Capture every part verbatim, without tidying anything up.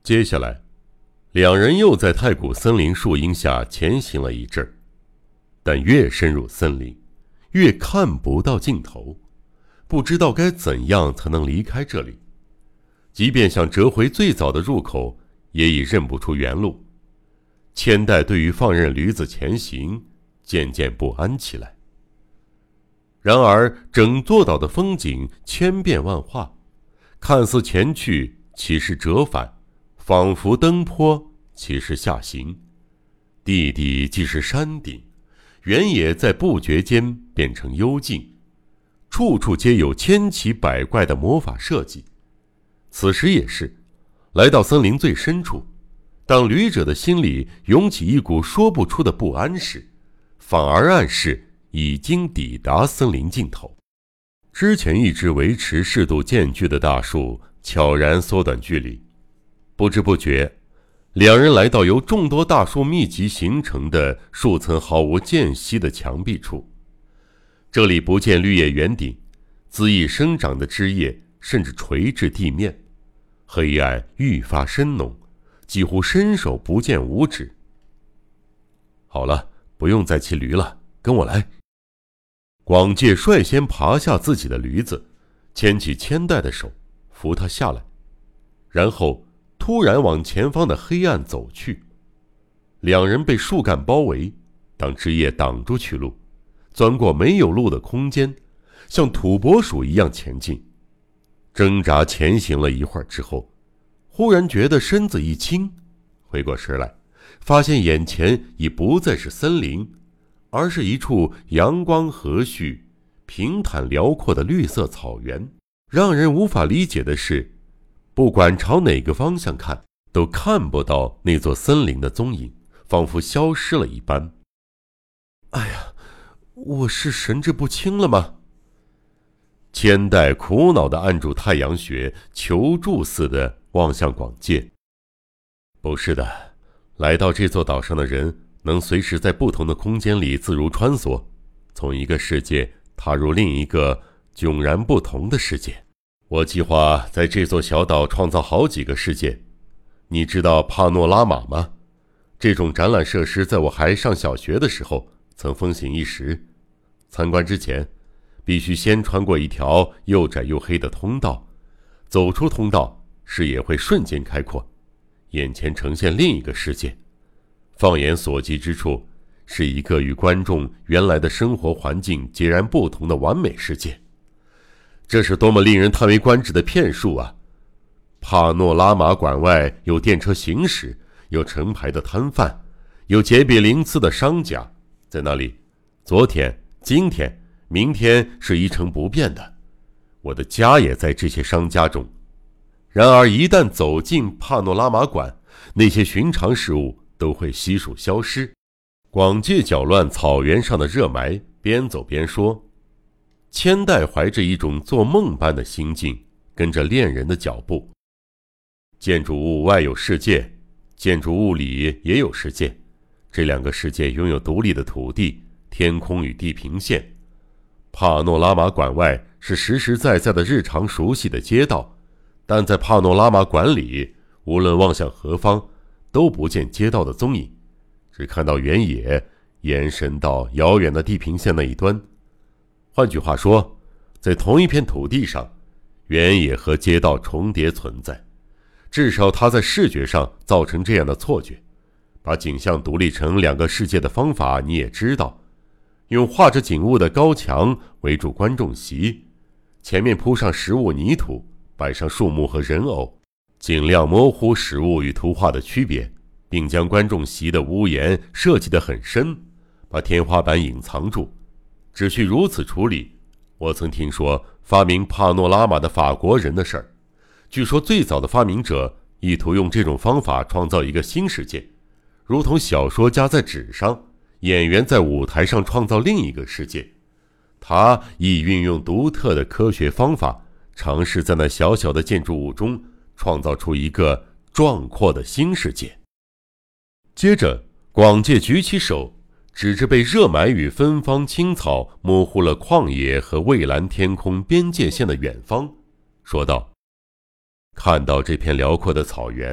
接下来，两人又在太古森林树荫下前行了一阵儿，但越深入森林，越看不到尽头，不知道该怎样才能离开这里。即便想折回最早的入口，也已认不出原路。千代对于放任驴子前行，渐渐不安起来。然而整座岛的风景千变万化，看似前去，其实折返，仿佛登坡，其实下行。地底既是山顶，原野在不觉间变成幽静，处处皆有千奇百怪的魔法设计。此时也是来到森林最深处，当旅者的心里涌起一股说不出的不安时，反而暗示已经抵达森林尽头。之前一直维持适度间距的大树悄然缩短距离，不知不觉两人来到由众多大树密集形成的树层毫无间隙的墙壁处。这里不见绿叶圆顶，恣意生长的枝叶甚至垂至地面，黑暗愈发深浓，几乎伸手不见五指。好了，不用再骑驴了，跟我来。广介率先爬下自己的驴子，牵起千代的手，扶他下来，然后突然往前方的黑暗走去。两人被树干包围，当枝叶挡住去路，钻过没有路的空间，像土拨鼠一样前进。挣扎前行了一会儿之后，忽然觉得身子一轻，回过神来，发现眼前已不再是森林，而是一处阳光和煦、平坦辽阔的绿色草原。让人无法理解的是，不管朝哪个方向看，都看不到那座森林的踪影，仿佛消失了一般。哎呀，我是神志不清了吗？千代苦恼地按住太阳穴，求助似的望向广介。不是的，来到这座岛上的人能随时在不同的空间里自如穿梭，从一个世界踏入另一个迥然不同的世界。我计划在这座小岛创造好几个世界。你知道帕诺拉玛吗？这种展览设施在我还上小学的时候曾风行一时。参观之前必须先穿过一条又窄又黑的通道，走出通道，视野会瞬间开阔，眼前呈现另一个世界。放眼所及之处，是一个与观众原来的生活环境截然不同的完美世界。这是多么令人叹为观止的骗术啊！帕诺拉玛馆外有电车行驶，有成排的摊贩，有杰比鳞次的商家，在那里，昨天、今天、明天是一成不变的。我的家也在这些商家中。然而一旦走进帕诺拉玛馆，那些寻常事物都会悉数消失。广介搅乱草原上的热霾，边走边说。千代怀着一种做梦般的心境，跟着恋人的脚步。建筑物外有世界，建筑物里也有世界，这两个世界拥有独立的土地、天空与地平线。帕诺拉玛馆外是实实在在的日常熟悉的街道，但在帕诺拉玛馆里，无论望向何方，都不见街道的踪影，只看到原野延伸到遥远的地平线那一端。换句话说，在同一片土地上，原野和街道重叠存在，至少它在视觉上造成这样的错觉。把景象独立成两个世界的方法你也知道，用画着景物的高墙围住观众席，前面铺上实物泥土，摆上树木和人偶，尽量模糊实物与图画的区别，并将观众席的屋檐设计得很深，把天花板隐藏住。只需如此处理。我曾听说发明帕诺拉玛的法国人的事儿，据说最早的发明者意图用这种方法创造一个新世界，如同小说家在纸上，演员在舞台上创造另一个世界。他亦运用独特的科学方法，尝试在那小小的建筑物中创造出一个壮阔的新世界。接着，广介举起手，指着被热霾与芬芳青草模糊了旷野和蔚蓝天空边界线的远方，说道：看到这片辽阔的草原，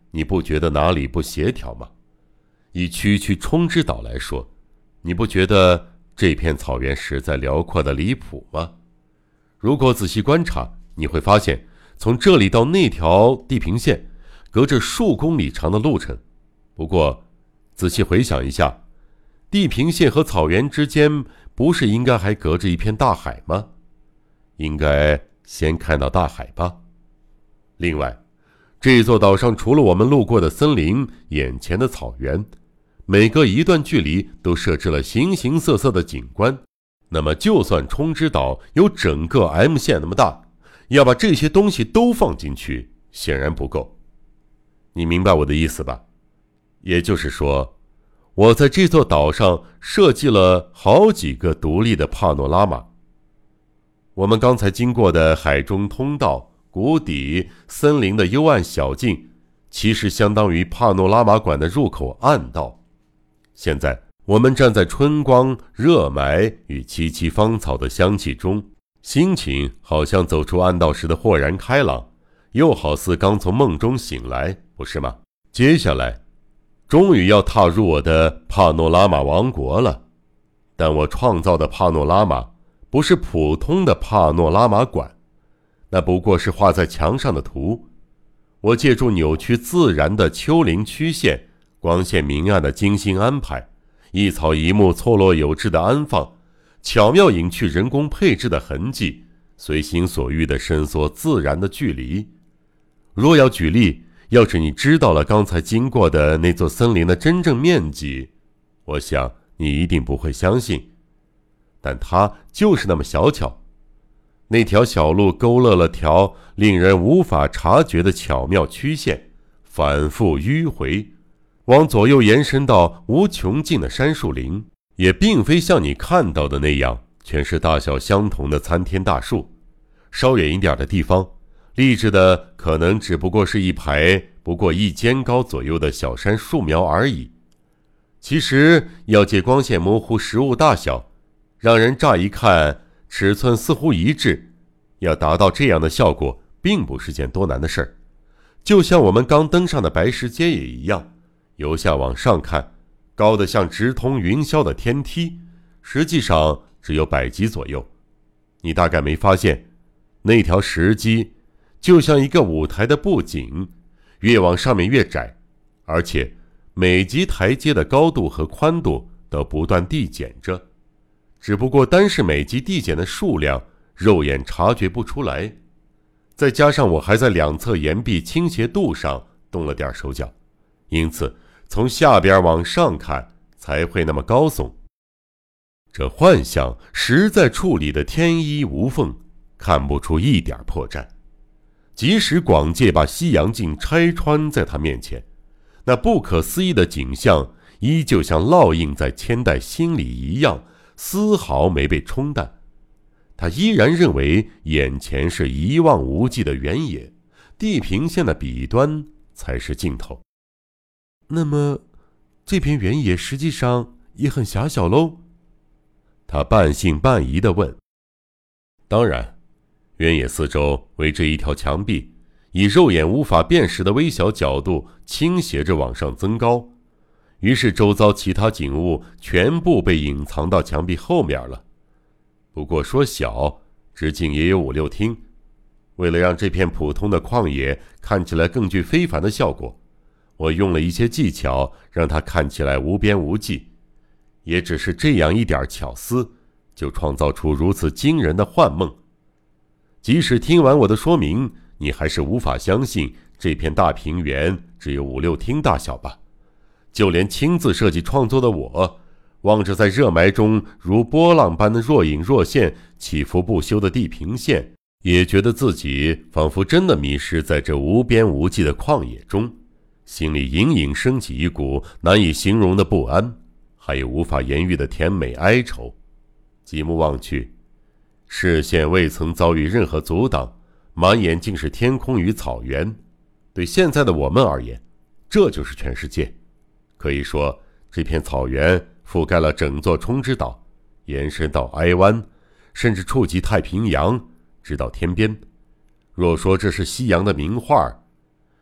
你不觉得哪里不协调吗？以区区冲之岛来说，你不觉得这片草原实在辽阔的离谱吗？如果仔细观察，你会发现从这里到那条地平线隔着数公里长的路程。不过仔细回想一下，地平线和草原之间不是应该还隔着一片大海吗？应该先看到大海吧。另外，这座岛上除了我们路过的森林，眼前的草原，每隔一段距离都设置了形形色色的景观。那么就算冲之岛有整个 M 线那么大，要把这些东西都放进去，显然不够。你明白我的意思吧？也就是说，我在这座岛上设计了好几个独立的帕诺拉玛。我们刚才经过的海中通道、谷底、森林的幽暗小径，其实相当于帕诺拉玛馆的入口暗道。现在我们站在春光、热霾与萋萋芳草的香气中，心情好像走出暗道时的豁然开朗，又好似刚从梦中醒来，不是吗？接下来终于要踏入我的帕诺拉玛王国了。但我创造的帕诺拉玛不是普通的帕诺拉玛馆，那不过是画在墙上的图。我借助扭曲自然的丘陵曲线，光线明暗的精心安排，一草一木错落有致的安放，巧妙隐去人工配置的痕迹，随心所欲地伸缩自然的距离。若要举例，要是你知道了刚才经过的那座森林的真正面积，我想你一定不会相信。但它就是那么小巧。那条小路勾勒了条令人无法察觉的巧妙曲线，反复迂回，往左右延伸到无穷尽的杉树林，也并非像你看到的那样全是大小相同的参天大树。稍远一点的地方，立着的可能只不过是一排不过一肩高左右的小杉树苗而已。其实要借光线模糊实物大小，让人乍一看尺寸似乎一致，要达到这样的效果并不是件多难的事儿。就像我们刚登上的白石阶也一样，由下往上看，高得像直通云霄的天梯，实际上只有百级左右。你大概没发现，那条石阶就像一个舞台的布景，越往上面越窄，而且每级台阶的高度和宽度都不断递减着，只不过单是每级递减的数量，肉眼察觉不出来。再加上我还在两侧岩壁倾斜度上动了点手脚，因此从下边往上看才会那么高耸。这幻象实在处理得天衣无缝，看不出一点破绽。即使广介把西洋镜拆穿在他面前，那不可思议的景象依旧像烙印在千代心里一样，丝毫没被冲淡。他依然认为眼前是一望无际的原野，地平线的彼端才是尽头。那么这片原野实际上也很狭小喽？他半信半疑地问。当然，原野四周围着一条墙壁，以肉眼无法辨识的微小角度倾斜着往上增高，于是周遭其他景物全部被隐藏到墙壁后面了。不过说小，直径也有五六厅。为了让这片普通的旷野看起来更具非凡的效果，我用了一些技巧让它看起来无边无际。也只是这样一点巧思，就创造出如此惊人的幻梦。即使听完我的说明，你还是无法相信这片大平原只有五六厅大小吧？就连亲自设计创作的我，望着在热霾中如波浪般的若隐若现、起伏不休的地平线，也觉得自己仿佛真的迷失在这无边无际的旷野中，心里隐隐升起一股难以形容的不安，还有无法言喻的甜美哀愁。极目望去，视线未曾遭遇任何阻挡，满眼竟是天空与草原。对现在的我们而言，这就是全世界。可以说，这片草原覆盖了整座冲之岛，延伸到埃湾，甚至触及太平洋，直到天边。若说这是西洋的名画，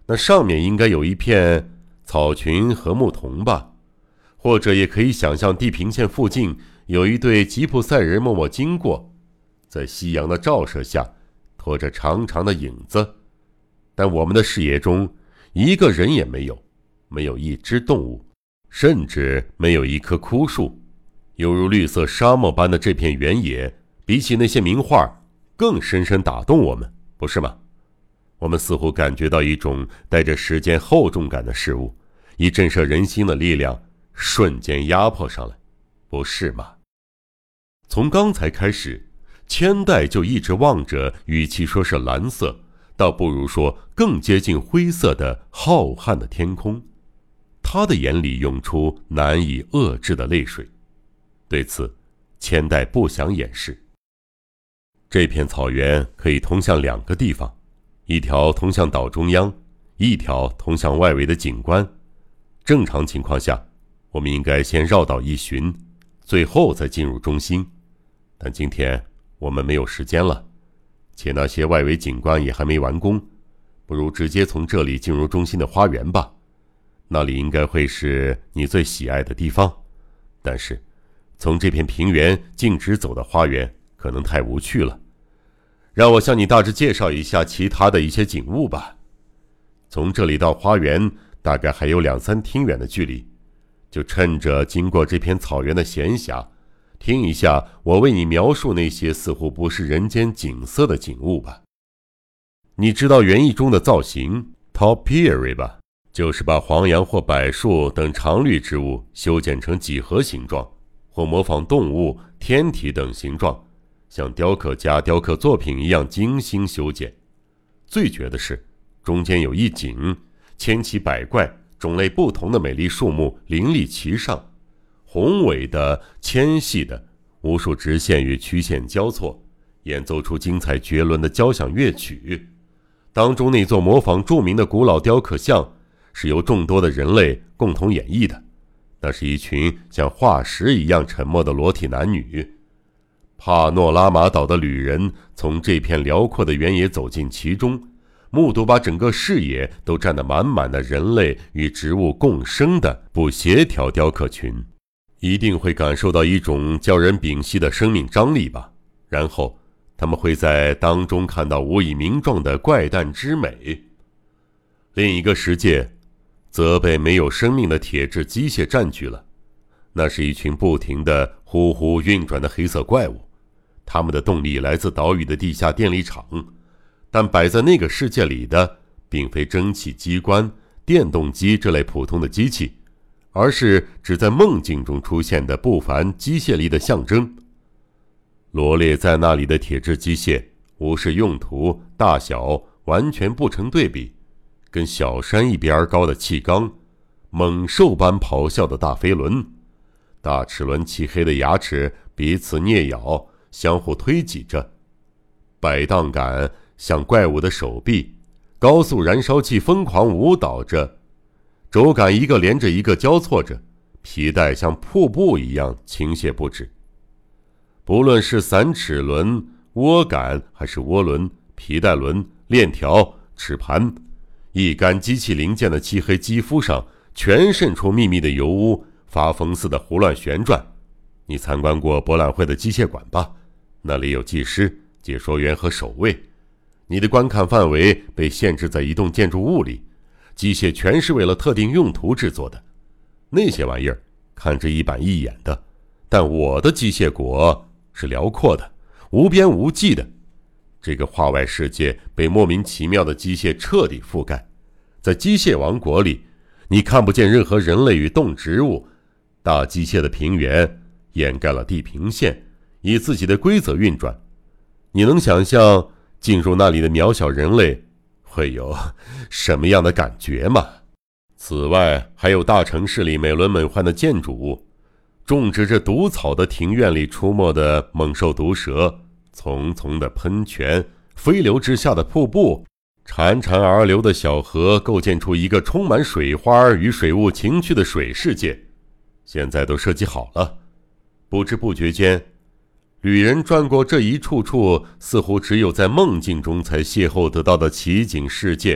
那上面应该有一片草裙和牧童吧，或者也可以想象地平线附近有一对吉普赛人默默经过，在夕阳的照射下拖着长长的影子，但我们的视野中一个人也没有，没有一只动物，甚至没有一棵枯树，犹如绿色沙漠般的这片原野，比起那些名画更深深打动我们，不是吗？我们似乎感觉到一种带着时间厚重感的事物，以震慑人心的力量瞬间压迫上来，不是吗？从刚才开始，千代就一直望着与其说是蓝色，倒不如说更接近灰色的浩瀚的天空，他的眼里涌出难以遏制的泪水。对此，千代不想掩饰。这片草原可以通向两个地方，一条通向岛中央，一条通向外围的景观。正常情况下，我们应该先绕岛一巡，最后再进入中心。但今天我们没有时间了，且那些外围景观也还没完工，不如直接从这里进入中心的花园吧。那里应该会是你最喜爱的地方。但是，从这片平原径直走到花园可能太无趣了。让我向你大致介绍一下其他的一些景物吧。从这里到花园大概还有两三厅远的距离，就趁着经过这片草原的闲暇，听一下我为你描述那些似乎不是人间景色的景物吧。你知道园艺中的造型 topiary 吧？就是把黄杨或柏树等常绿植物修剪成几何形状，或模仿动物、天体等形状，像雕刻家雕刻作品一样精心修剪。最绝的是，中间有一景，千奇百怪、种类不同的美丽树木林立其上，宏伟的、纤细的，无数直线与曲线交错，演奏出精彩绝伦的交响乐曲。当中那座模仿著名的古老雕刻像，是由众多的人类共同演绎的。那是一群像化石一样沉默的裸体男女。帕诺拉马岛的旅人从这片辽阔的原野走进其中，目睹把整个视野都占得满满的人类与植物共生的不协调雕刻群，一定会感受到一种叫人屏息的生命张力吧。然后他们会在当中看到无以名状的怪诞之美。另一个世界则被没有生命的铁质机械占据了，那是一群不停地呼呼运转的黑色怪物，它们的动力来自岛屿的地下电力厂，但摆在那个世界里的并非蒸汽机关、电动机这类普通的机器，而是只在梦境中出现的不凡机械力的象征。罗列在那里的铁质机械，无视用途、大小完全不成对比，跟小山一边高的气缸，猛兽般咆哮的大飞轮，大齿轮漆黑的牙齿彼此啮咬，相互推挤着，摆荡感像怪物的手臂，高速燃烧器疯狂舞蹈着，轴感一个连着一个交错着，皮带像瀑布一样倾泻不止。不论是散齿轮、涡杆还是涡轮、皮带轮、链条、齿盘，一干机器零件的漆黑肌肤上全渗出密密的油污，发疯似的胡乱旋转。你参观过博览会的机械馆吧？那里有技师、解说员和守卫。你的观看范围被限制在一栋建筑物里，机械全是为了特定用途制作的。那些玩意儿看着一板一眼的，但我的机械国是辽阔的、无边无际的。这个化外世界被莫名其妙的机械彻底覆盖。在机械王国里，你看不见任何人类与动植物，大机械的平原掩盖了地平线，以自己的规则运转。你能想象进入那里的渺小人类会有什么样的感觉吗？此外，还有大城市里美轮美奂的建筑物，种植着毒草的庭院里出没的猛兽毒蛇，丛丛的喷泉，飞流直下的瀑布，潺潺而流的小河，构建出一个充满水花与水雾情趣的水世界。现在都设计好了。不知不觉间，旅人转过这一处处似乎只有在梦境中才邂逅得到的奇景世界，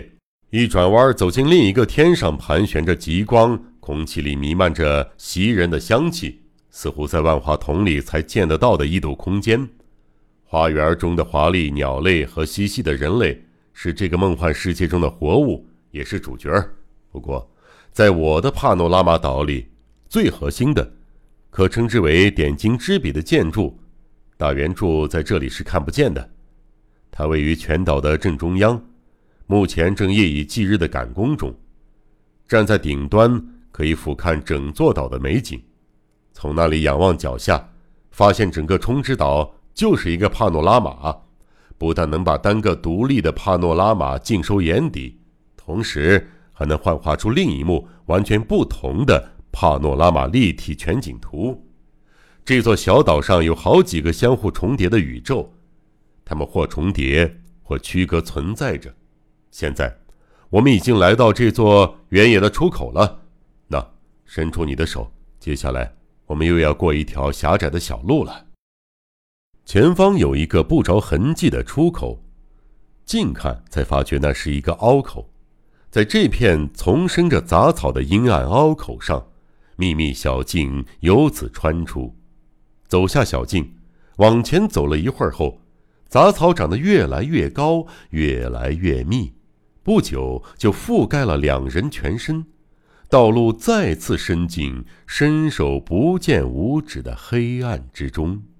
一转弯走进另一个天上盘旋着极光，空气里弥漫着袭人的香气，似乎在万花筒里才见得到的一度空间。花园中的华丽鸟类和嬉戏的人类是这个梦幻世界中的活物，也是主角。不过在我的帕诺拉玛岛里，最核心的可称之为点睛之笔的建筑，大圆柱在这里是看不见的。它位于全岛的正中央，目前正夜以继日的赶工中。站在顶端可以俯瞰整座岛的美景，从那里仰望脚下，发现整个冲之岛就是一个帕诺拉玛，不但能把单个独立的帕诺拉玛尽收眼底，同时还能幻化出另一幕完全不同的帕诺拉玛立体全景图。这座小岛上有好几个相互重叠的宇宙，它们或重叠或区隔存在着。现在我们已经来到这座原野的出口了，那伸出你的手，接下来我们又要过一条狭窄的小路了。前方有一个不着痕迹的出口，近看才发觉那是一个凹口。在这片丛生着杂草的阴暗凹口上，秘密小径由此穿出。走下小径，往前走了一会儿后，杂草长得越来越高，越来越密，不久就覆盖了两人全身。道路再次伸进伸手不见五指的黑暗之中。